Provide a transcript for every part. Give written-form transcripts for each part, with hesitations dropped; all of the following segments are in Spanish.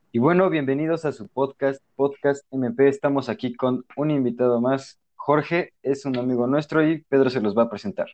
Y bueno, bienvenidos a su Podcast MP. Estamos aquí con un invitado más. Jorge es un amigo nuestro y Pedro se los va a presentar.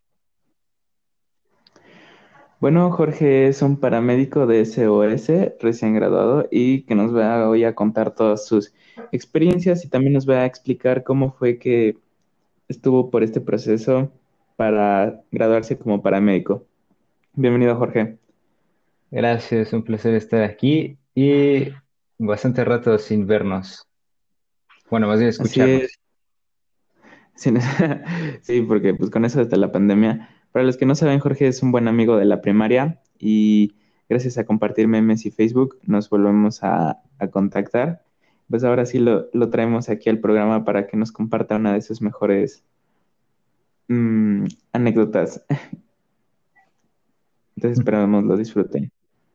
Bueno, Jorge es un paramédico de SOS, recién graduado, y que nos va hoy a contar todas sus experiencias y también nos va a explicar cómo fue que estuvo por este proceso para graduarse como paramédico. Bienvenido, Jorge. Gracias, un placer estar aquí y bastante rato sin vernos. Bueno, más bien Así es. escucharnos. Sí, sí, porque pues con eso desde la pandemia. Para los que no saben, Jorge es un buen amigo de la primaria y gracias a compartir memes y Facebook nos volvemos a contactar. Pues ahora sí lo traemos aquí al programa para que nos comparta una de sus mejores mm, anécdotas. Entonces esperamos lo disfruten.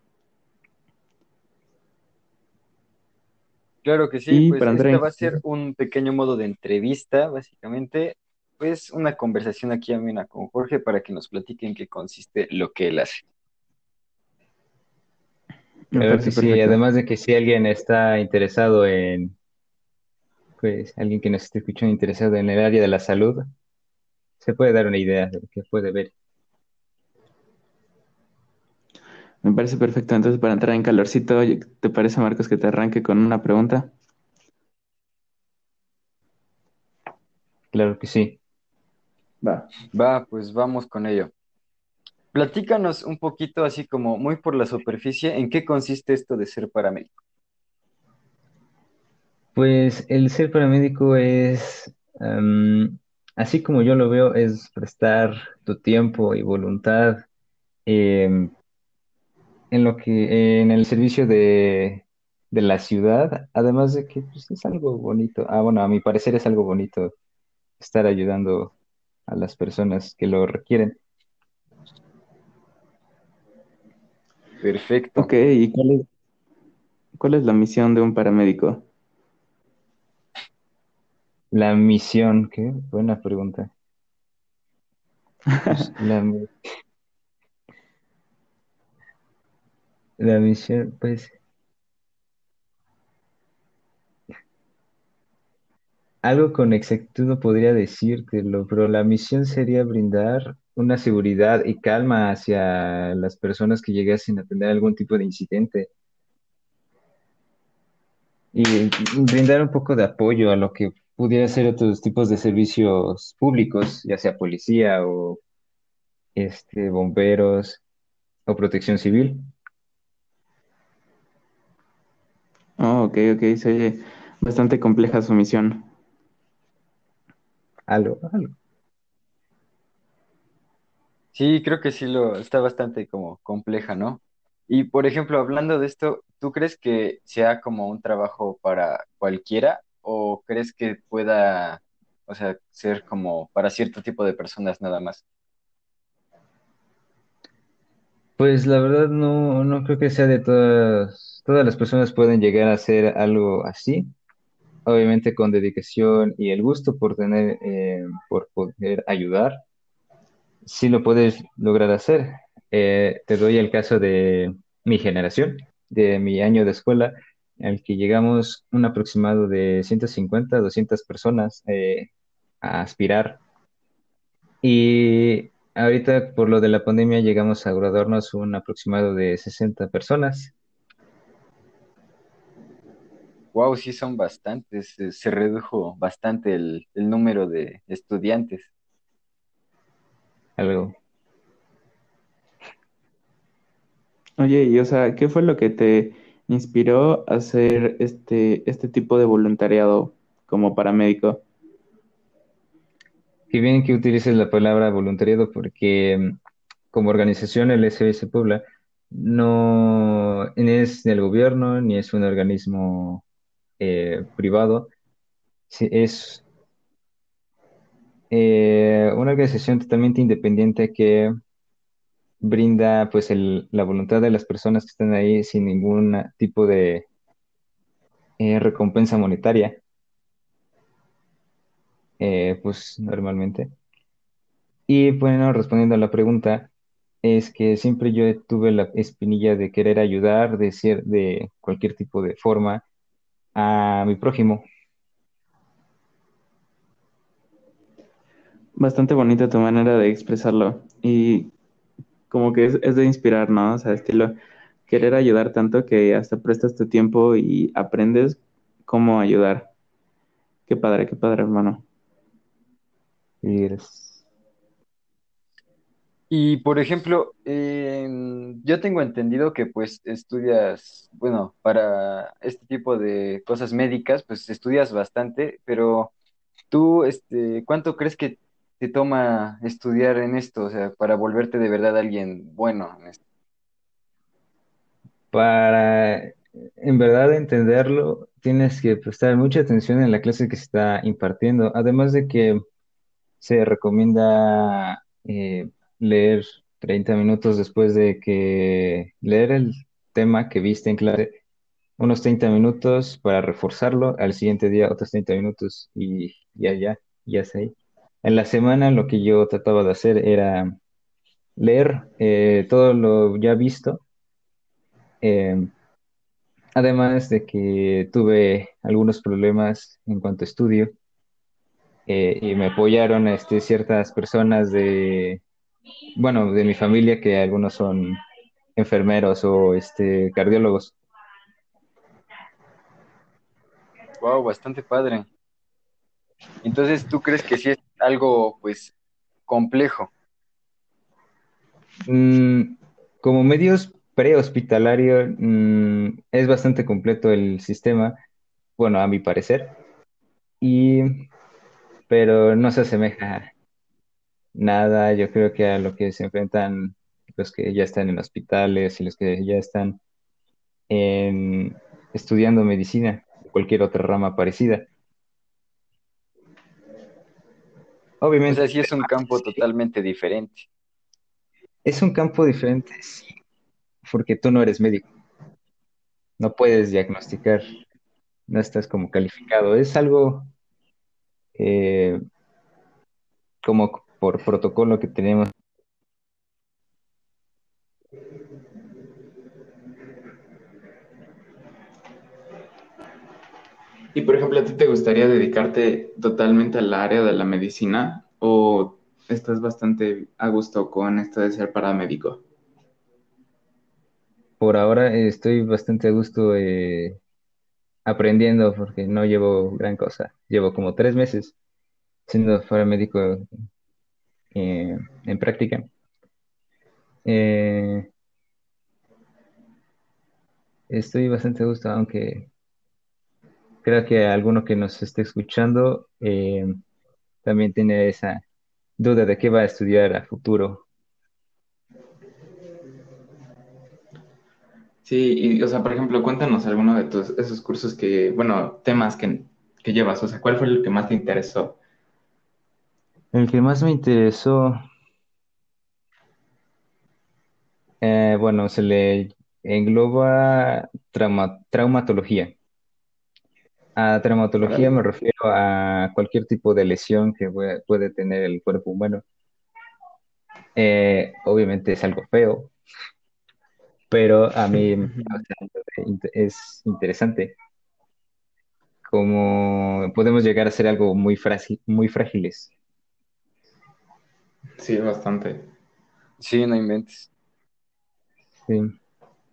Claro que sí, Y pues para entrar este en... va a ser un pequeño modo de entrevista, básicamente. Pues una conversación aquí amena con Jorge para que nos platique en qué consiste lo que él hace. Me Claro que parece sí, perfecto. además de que si alguien está interesado pues alguien que nos esté escuchando interesado en el área de la salud, se puede dar una idea de lo que puede ver. Me parece perfecto. Entonces, para entrar en calorcito, ¿te parece, Marcos, que te arranque con una pregunta? Claro que sí. Va. Va, pues vamos con ello. Platícanos un poquito, así como muy por la superficie, en qué consiste esto de ser paramédico. Pues el ser paramédico es, así como yo lo veo, es prestar tu tiempo y voluntad em, en el servicio de la ciudad, además de que pues, es algo bonito. Ah, bueno, a mi parecer es algo bonito estar ayudando a las personas que lo requieren. Ok, Perfecto. ¿y cuál es la misión de un paramédico? La misión, qué buena pregunta. Pues la misión, pues algo con exactitud no podría decírtelo, pero la misión sería brindar una seguridad y calma hacia las personas que llegasen a tener algún tipo de incidente. Y brindar un poco de apoyo a lo que pudiera ser otros tipos de servicios públicos, ya sea policía o bomberos o protección civil. Oh, ok, ok, se oye bastante compleja su misión. Algo. Sí, creo que sí lo está bastante como compleja, ¿no? Y por ejemplo, hablando de esto, ¿tú crees que sea como un trabajo para cualquiera o crees que pueda, o sea, ser como para cierto tipo de personas nada más? Pues la verdad no creo que sea de todas las personas pueden llegar a hacer algo así. Obviamente con dedicación y el gusto por poder ayudar, sí lo puedes lograr hacer. Te doy el caso de mi generación, de mi año de escuela, al que llegamos un aproximado de 150 a 200 personas a aspirar. Y ahorita, por lo de la pandemia, llegamos a graduarnos un aproximado de 60 personas. Wow, sí son bastantes, se redujo bastante el número de estudiantes. Algo. Oye, y o sea, ¿qué fue lo que te inspiró a hacer este tipo de voluntariado como paramédico? Qué bien que utilices la palabra voluntariado porque como organización el SOS Puebla no es del gobierno ni es un organismo privado. Sí, es una organización totalmente independiente que brinda pues la voluntad de las personas que están ahí sin ningún tipo de recompensa monetaria, pues normalmente. Y bueno, respondiendo a la pregunta. es que siempre yo tuve la espinilla de querer ayudar de cualquier tipo de forma a mi prójimo. Bastante bonita tu manera de expresarlo y como que es de inspirar, ¿no? O sea, estilo, querer ayudar tanto que hasta prestas tu tiempo y aprendes cómo ayudar. Qué padre, hermano. Y eres- Y por ejemplo, yo tengo entendido que pues estudias, bueno, para este tipo de cosas médicas, pues estudias bastante, pero tú, ¿cuánto crees que te toma estudiar en esto? O sea, para volverte de verdad alguien bueno en esto. Para en verdad entenderlo, tienes que prestar mucha atención en la clase que se está impartiendo. Además de que se recomienda leer 30 minutos después de que leer el tema que viste en clase, unos 30 minutos para reforzarlo, al siguiente día otros 30 minutos y ya sé. En la semana lo que yo trataba de hacer era leer todo lo ya visto, eh, además de que tuve algunos problemas en cuanto a estudio y me apoyaron ciertas personas bueno, de mi familia, que algunos son enfermeros o cardiólogos. Wow, bastante padre. Entonces, ¿tú crees que sí es algo, pues, complejo? Mm, Como medios prehospitalarios, es bastante completo el sistema, bueno, a mi parecer, y, pero no se asemeja nada, yo creo que a lo que se enfrentan los que ya están en hospitales y los que ya están en, estudiando medicina o cualquier otra rama parecida. O Obviamente, sea, sí es un campo sí, totalmente diferente. es un campo diferente, sí, porque tú no eres médico, no puedes diagnosticar, no estás como calificado. Es algo eh, como por protocolo que tenemos. Y por ejemplo, ¿a ti te gustaría dedicarte totalmente al área de la medicina o estás bastante a gusto con esto de ser paramédico? Por ahora estoy bastante a gusto aprendiendo porque no llevo gran cosa. Llevo como 3 meses siendo paramédico en práctica. Eh, Estoy bastante a gusto, aunque creo que alguno que nos esté escuchando también tiene esa duda de qué va a estudiar a futuro. Sí, y o sea, por ejemplo, cuéntanos alguno de tus, esos cursos que, bueno, temas que llevas, o sea, ¿cuál fue el que más te interesó? El que más me interesó, bueno, se le engloba traumatología. A traumatología Órale. me refiero a cualquier tipo de lesión que puede tener el cuerpo humano. Obviamente es algo feo, pero a mí o sea, es interesante cómo podemos llegar a ser algo muy frágiles. Sí, bastante. Sí, no inventes. Sí.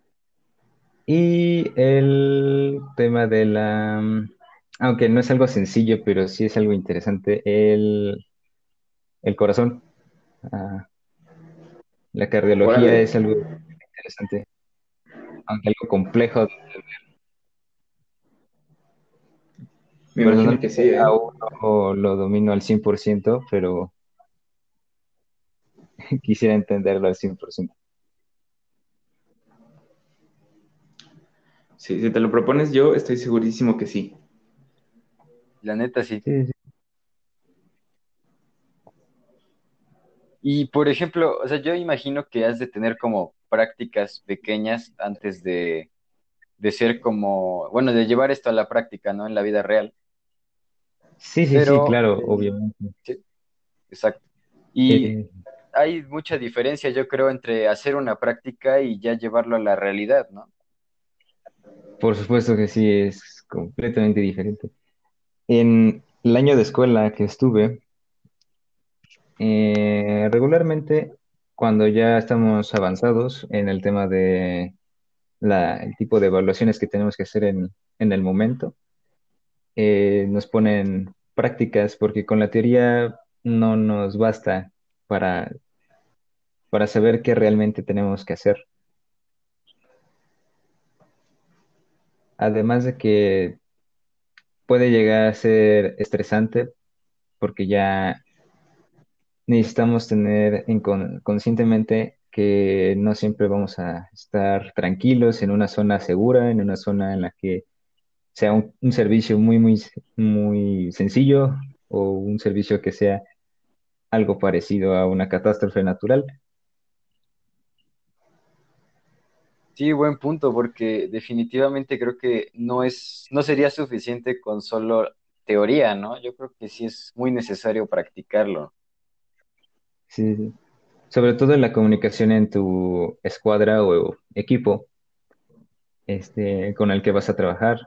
Y el tema aunque no es algo sencillo, pero sí es algo interesante, el corazón. Ah, la cardiología Órale. es algo interesante, aunque algo complejo. Me imagino que Personalmente sí, ¿eh? aún no lo domino al 100%, pero quisiera entenderlo al 100%. Sí, si te lo propones yo, estoy segurísimo que sí. La neta, sí. Sí, sí. Y por ejemplo, o sea, yo imagino que has de tener como prácticas pequeñas antes de ser como, bueno, de llevar esto a la práctica, ¿no? En la vida real. Sí, sí, sí, Pero, claro, obviamente. sí, exacto. Y Eh, hay mucha diferencia, yo creo, entre hacer una práctica y ya llevarlo a la realidad, ¿no? Por supuesto que sí, es completamente diferente. En el año de escuela que estuve, regularmente cuando ya estamos avanzados en el tema de el tipo de evaluaciones que tenemos que hacer en el momento, nos ponen prácticas porque con la teoría no nos basta para, para saber qué realmente tenemos que hacer. Además de que puede llegar a ser estresante porque ya necesitamos tener conscientemente que no siempre vamos a estar tranquilos en una zona segura, en una zona en la que sea un servicio muy sencillo o un servicio que sea algo parecido a una catástrofe natural. Sí, buen punto, porque definitivamente creo que no sería suficiente con solo teoría, ¿no? Yo creo que sí es muy necesario practicarlo. Sí, sí. Sobre todo en la comunicación en tu escuadra o equipo con el que vas a trabajar,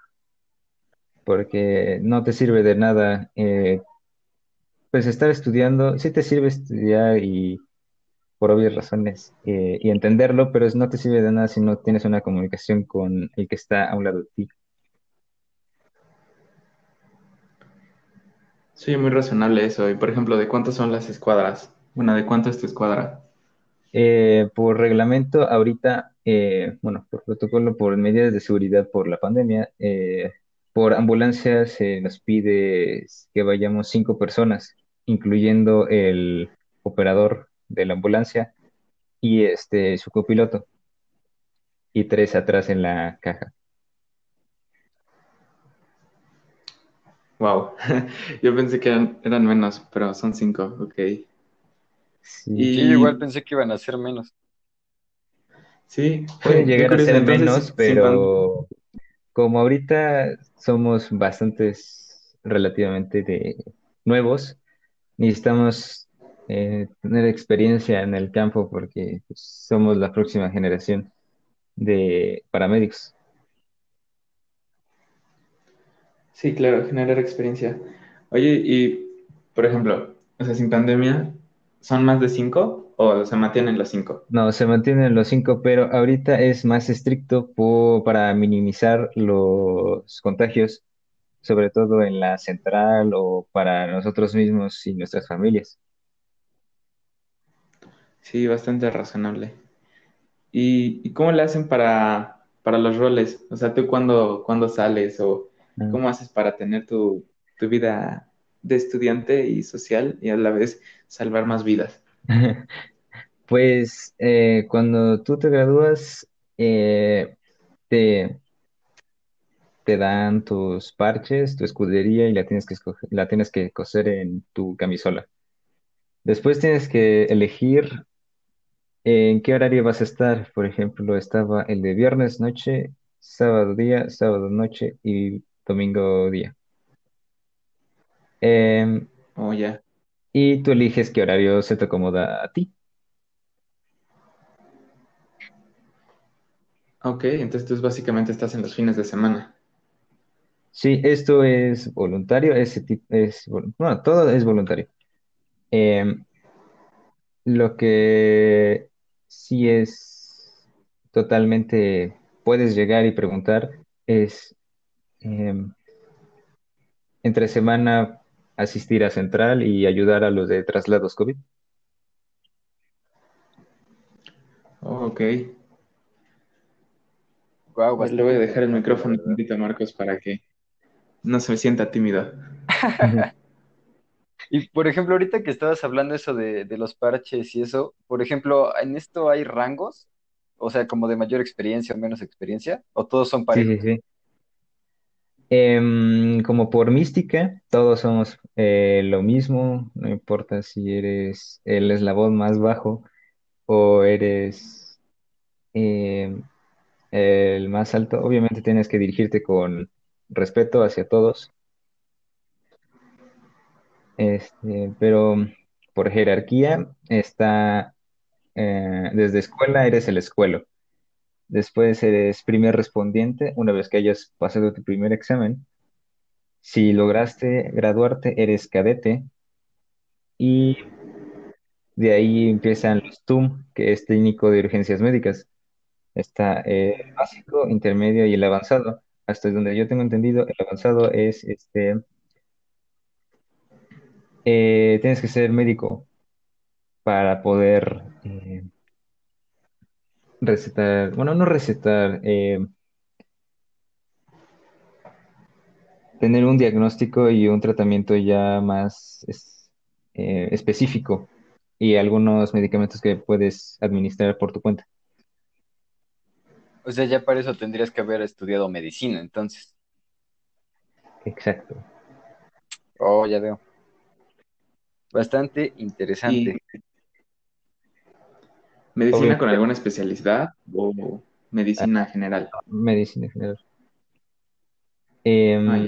porque no te sirve de nada, pues estar estudiando, sí te sirve estudiar y por obvias razones y entenderlo, pero no te sirve de nada si no tienes una comunicación con el que está a un lado de ti. Sí, muy razonable eso. Y por ejemplo, ¿de cuántas son las escuadras? Bueno, ¿de cuánto es tu escuadra? Por reglamento, ahorita, bueno, por protocolo, por medidas de seguridad por la pandemia, por ambulancia se nos pide que vayamos 5 personas, incluyendo el operador de la ambulancia y su copiloto, y tres atrás en la caja. Wow. Yo pensé que eran menos, pero son 5, ok. Sí. Sí, yo igual Y pensé que iban a ser menos. sí, Pueden qué llegar a curioso. ser Entonces, menos, sin pan. pero como ahorita somos bastantes relativamente nuevos, necesitamos tener experiencia en el campo porque pues, somos la próxima generación de paramédicos. Sí, claro, generar experiencia. Oye, y por ejemplo, o sea, sin pandemia, ¿son más de 5 o se mantienen los 5? No, se mantienen los 5, pero ahorita es más estricto para minimizar los contagios, sobre todo en la central o para nosotros mismos y nuestras familias. Sí, bastante razonable. ¿Y cómo le hacen para los roles? O sea, ¿tú cuándo sales o Ah. cómo haces para tener tu vida de estudiante y social y a la vez salvar más vidas? Pues cuando tú te gradúas, eh, te, te dan tus parches, tu escudería y la tienes que coser en tu camisola. Después tienes que elegir en qué horario vas a estar. Por ejemplo, estaba el de viernes noche, sábado día, sábado noche y domingo día. Em, Oh, ya. y tú eliges qué horario se te acomoda a ti. Ok, entonces tú básicamente estás en los fines de semana. Sí, esto es voluntario, ese tipo bueno, todo es voluntario. Em, Lo que sí es totalmente, puedes llegar y preguntar, es em, entre semana asistir a Central y ayudar a los de traslados COVID. Oh, ok. Wow, A ver, le voy a bastante dejar el interesante, la micrófono verdad. tantito a Marcos para que no se sienta tímido. Y por ejemplo, ahorita que estabas hablando eso de los parches y eso, por ejemplo, ¿en esto hay rangos? O sea, como de mayor experiencia o menos experiencia, o todos son Sí, sí, parejos. sí. Como por mística, todos somos lo mismo, no importa si eres el eslabón más bajo o eres em, el más alto. Obviamente tienes que dirigirte con respeto hacia todos, pero por jerarquía está, desde escuela eres el escuelo. Después eres primer respondiente una vez que hayas pasado tu primer examen. Si lograste graduarte, eres cadete. Y de ahí empiezan los TUM, que es técnico de urgencias médicas. Está el básico, intermedio y el avanzado. Hasta donde yo tengo entendido, el avanzado es tienes que ser médico para poder recetar, bueno, no recetar, tener un diagnóstico y un tratamiento ya más específico y algunos medicamentos que puedes administrar por tu cuenta. O sea, ya para eso tendrías que haber estudiado medicina, entonces. Exacto. Oh, ya veo. Bastante ¿Y interesante. medicina con Obviamente, alguna especialidad o ah, medicina general? medicina en general. Ay, Em,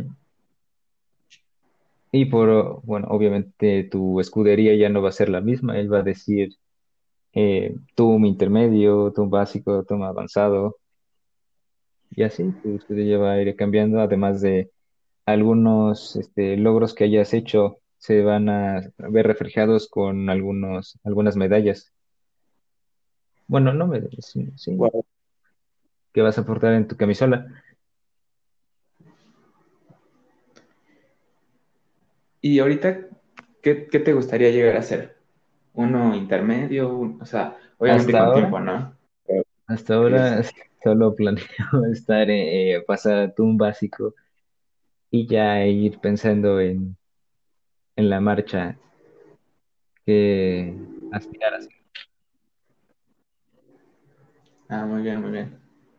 y bueno, obviamente tu escudería ya no va a ser la misma. Él va a decir, tú mi intermedio, tú un básico, tú un avanzado. Y así, tu escudería va a ir cambiando, además de algunos logros que hayas hecho se van a ver reflejados con algunas medallas. Bueno, no medallas, sí, wow. que vas a portar en tu camisola. ¿Y ahorita qué te gustaría llegar a ser? ¿Uno intermedio? O sea, obviamente Hasta con ahora, tiempo, ¿no? Pero hasta ¿crees? ahora solo planeo estar, pasar a un básico y ya ir pensando en la marcha que aspirar a hacer. Ah, muy bien, muy bien.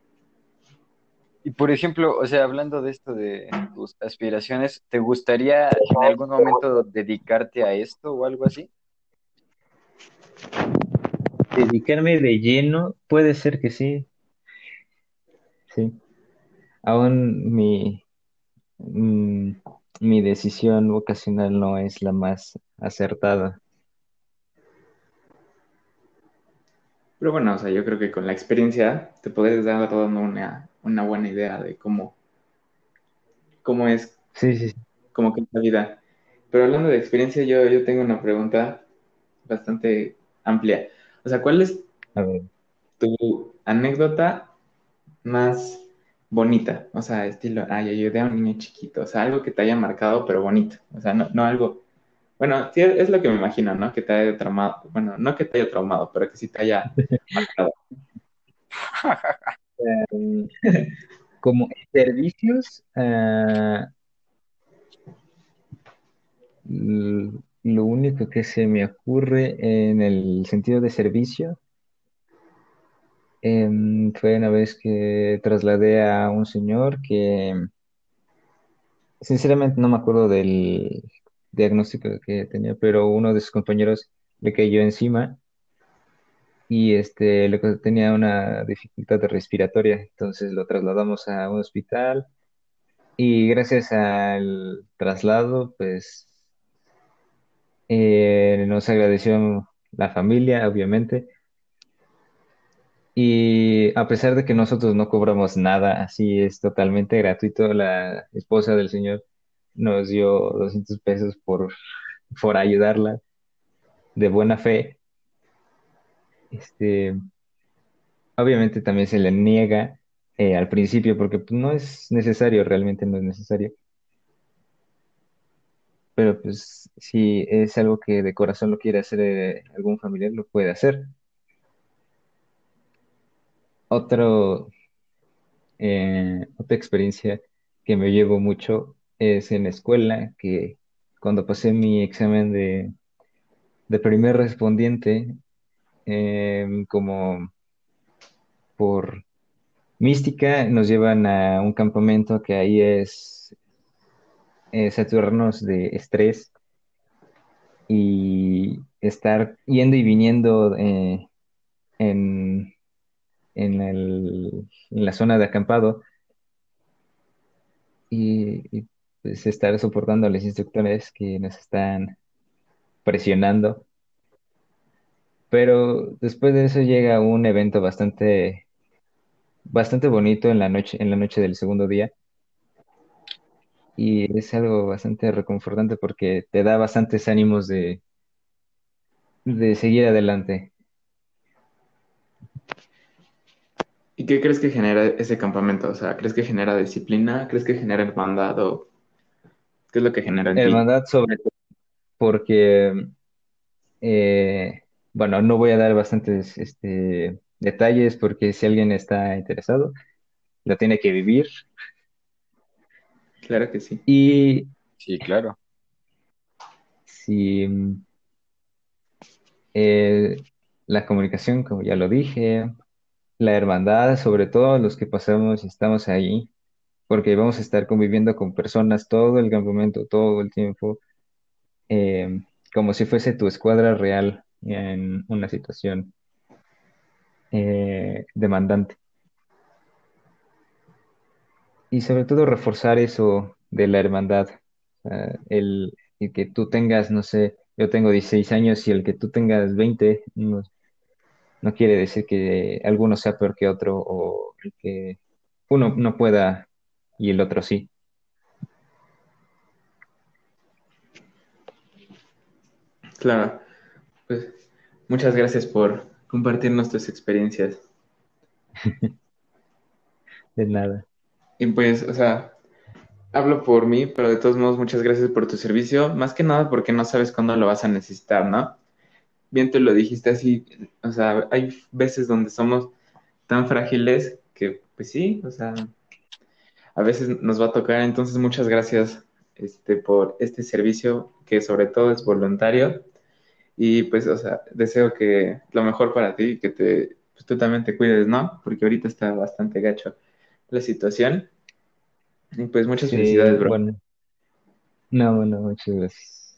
Y por ejemplo, o sea, hablando de esto de tus aspiraciones, ¿te gustaría en algún momento dedicarte a esto o algo así? Dedicarme de lleno, puede ser que sí, sí. Aún mm, mi decisión vocacional no es la más acertada. Pero bueno, o sea, yo creo que con la experiencia te podrías dar toda una buena idea de cómo es Sí, sí, sí. como que es la vida. Pero hablando de experiencia, yo tengo una pregunta bastante amplia. O sea, ¿cuál es A ver, tu anécdota más bonita? O sea, estilo, ay, ayudé a un niño chiquito. O sea, algo que te haya marcado, pero bonito. O sea, no algo. Bueno, sí, es lo que me imagino, ¿no? Que te haya traumado. Bueno, no que te haya traumado, pero que sí te haya marcado. mm, como servicios, lo único que se me ocurre en el sentido de servicio fue una vez que trasladé a un señor que sinceramente no me acuerdo del diagnóstico que tenía, pero uno de sus compañeros le cayó encima y tenía una dificultad respiratoria, entonces lo trasladamos a un hospital y gracias al traslado, pues nos agradeció la familia, obviamente, y a pesar de que nosotros no cobramos nada, así es totalmente gratuito, la esposa del señor nos dio 200 pesos por ayudarla de buena fe. Este, Obviamente también se le niega al principio porque pues, no es necesario, realmente no es necesario. Pero pues si es algo que de corazón lo quiere hacer algún familiar, lo puede hacer. Otro, otra experiencia que me llevo mucho es en la escuela, que cuando pasé mi examen de primer respondiente, como por mística, nos llevan a un campamento que ahí es saturarnos de estrés y estar yendo y viniendo en, en la zona de acampado y, pues estar soportando a los instructores que nos están presionando. Pero después de eso llega un evento bastante bonito en la noche del segundo día. Y es algo bastante reconfortante porque te da bastantes ánimos de seguir adelante. ¿Y qué crees que genera ese campamento? O sea, ¿crees que genera disciplina? ¿Crees que genera hermandad? ¿O qué es lo que genera en ti? Hermandad sobre todo porque, bueno, no voy a dar bastantes detalles porque si alguien está interesado, lo tiene que vivir. Claro que sí. Y Sí, claro. si eh, la comunicación, como ya lo dije, la hermandad, sobre todo los que pasamos y estamos ahí, porque vamos a estar conviviendo con personas todo el campamento, todo el tiempo, eh, como si fuese tu escuadra real en una situación demandante. Y sobre todo reforzar eso de la hermandad, el que tú tengas, no sé, yo tengo 16 años y el que tú tengas 20 no, no quiere decir que alguno sea peor que otro o el que uno no pueda y el otro sí. Claro. Pues muchas gracias por compartirnos tus experiencias. De nada. Y pues, o sea, hablo por mí, pero de todos modos, muchas gracias por tu servicio. Más que nada porque no sabes cuándo lo vas a necesitar, ¿no? Bien te lo dijiste así, o sea, hay veces donde somos tan frágiles que, pues sí, o sea, a veces nos va a tocar. Entonces, muchas gracias, por este servicio que sobre todo es voluntario. Y pues, o sea, deseo que lo mejor para ti, que pues, tú también te cuides, ¿no? Porque ahorita está bastante gacho la situación. Y pues muchas Sí, felicidades, bro. bueno, no, bueno, muchas gracias.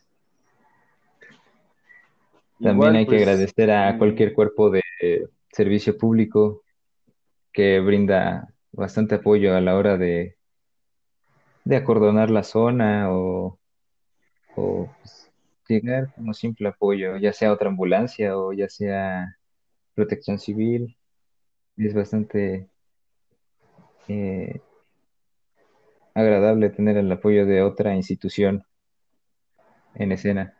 También Igual, hay que pues, agradecer a cualquier cuerpo de servicio público que brinda bastante apoyo a la hora de acordonar la zona o pues, llegar como simple apoyo, ya sea otra ambulancia o ya sea protección civil. Es bastante eh, agradable tener el apoyo de otra institución en escena.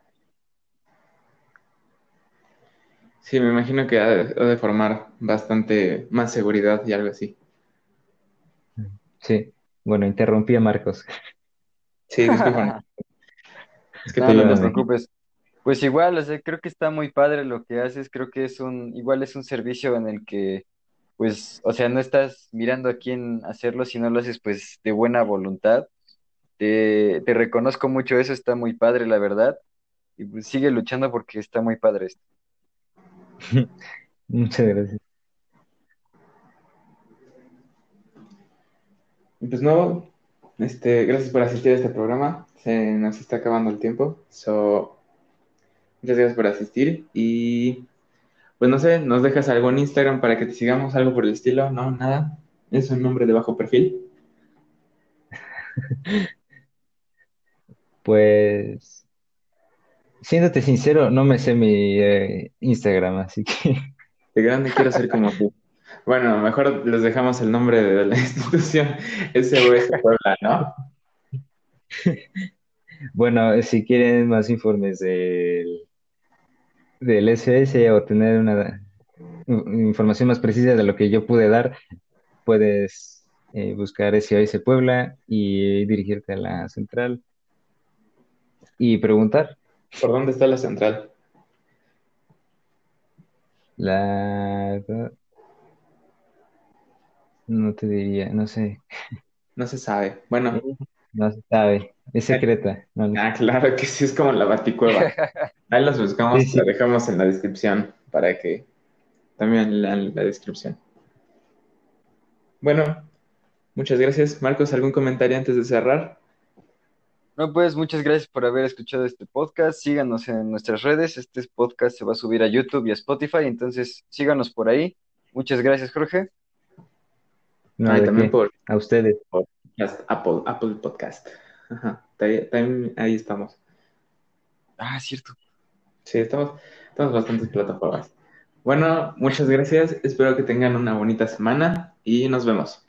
Sí, me imagino que ha de formar bastante más seguridad y algo así. Sí, bueno, interrumpí a Marcos. Sí, discúlpame, es que te no, no iba te a Perdóname. decir. preocupes. Pues igual, o sea, creo que está muy padre lo que haces, creo que igual es un servicio en el que, pues, o sea, no estás mirando a quién hacerlo, sino lo haces, pues, de buena voluntad. Te reconozco mucho eso, está muy padre, la verdad, y pues sigue luchando porque está muy padre esto. Muchas gracias. Y pues no, gracias por asistir a este programa. Se nos está acabando el tiempo. Muchas gracias por asistir. Y pues no sé, ¿nos dejas algo en Instagram para que te sigamos, algo por el estilo? No, nada. Es un nombre de bajo perfil. Pues, siéndote sincero, no me sé mi Instagram, así que De grande quiero ser como tú. Bueno, mejor les dejamos el nombre de la institución SOS Puebla, ¿no? bueno, si quieren más informes del SS o tener una información más precisa de lo que yo pude dar, puedes buscar SOS Puebla y dirigirte a la central y preguntar. ¿Por dónde está la central? La no te diría, no sé. No se sabe. Bueno, No se sabe. Es eh, secreta. claro que sí, es como la Baticueva. Ahí las Sí, buscamos y la sí. dejamos en la descripción para que también lean la descripción. Bueno, muchas gracias. Marcos, ¿algún comentario antes de cerrar? No, pues muchas gracias por haber escuchado este podcast. Síganos en nuestras redes. Este podcast se va a subir a YouTube y a Spotify, entonces síganos por ahí. Muchas gracias, Jorge. No, Ah, y ¿de también qué? A ustedes. por Apple Podcast. Ajá, también ahí estamos. Ah, cierto. Sí, estamos bastantes plataformas. Bueno, muchas gracias. Espero que tengan una bonita semana y nos vemos.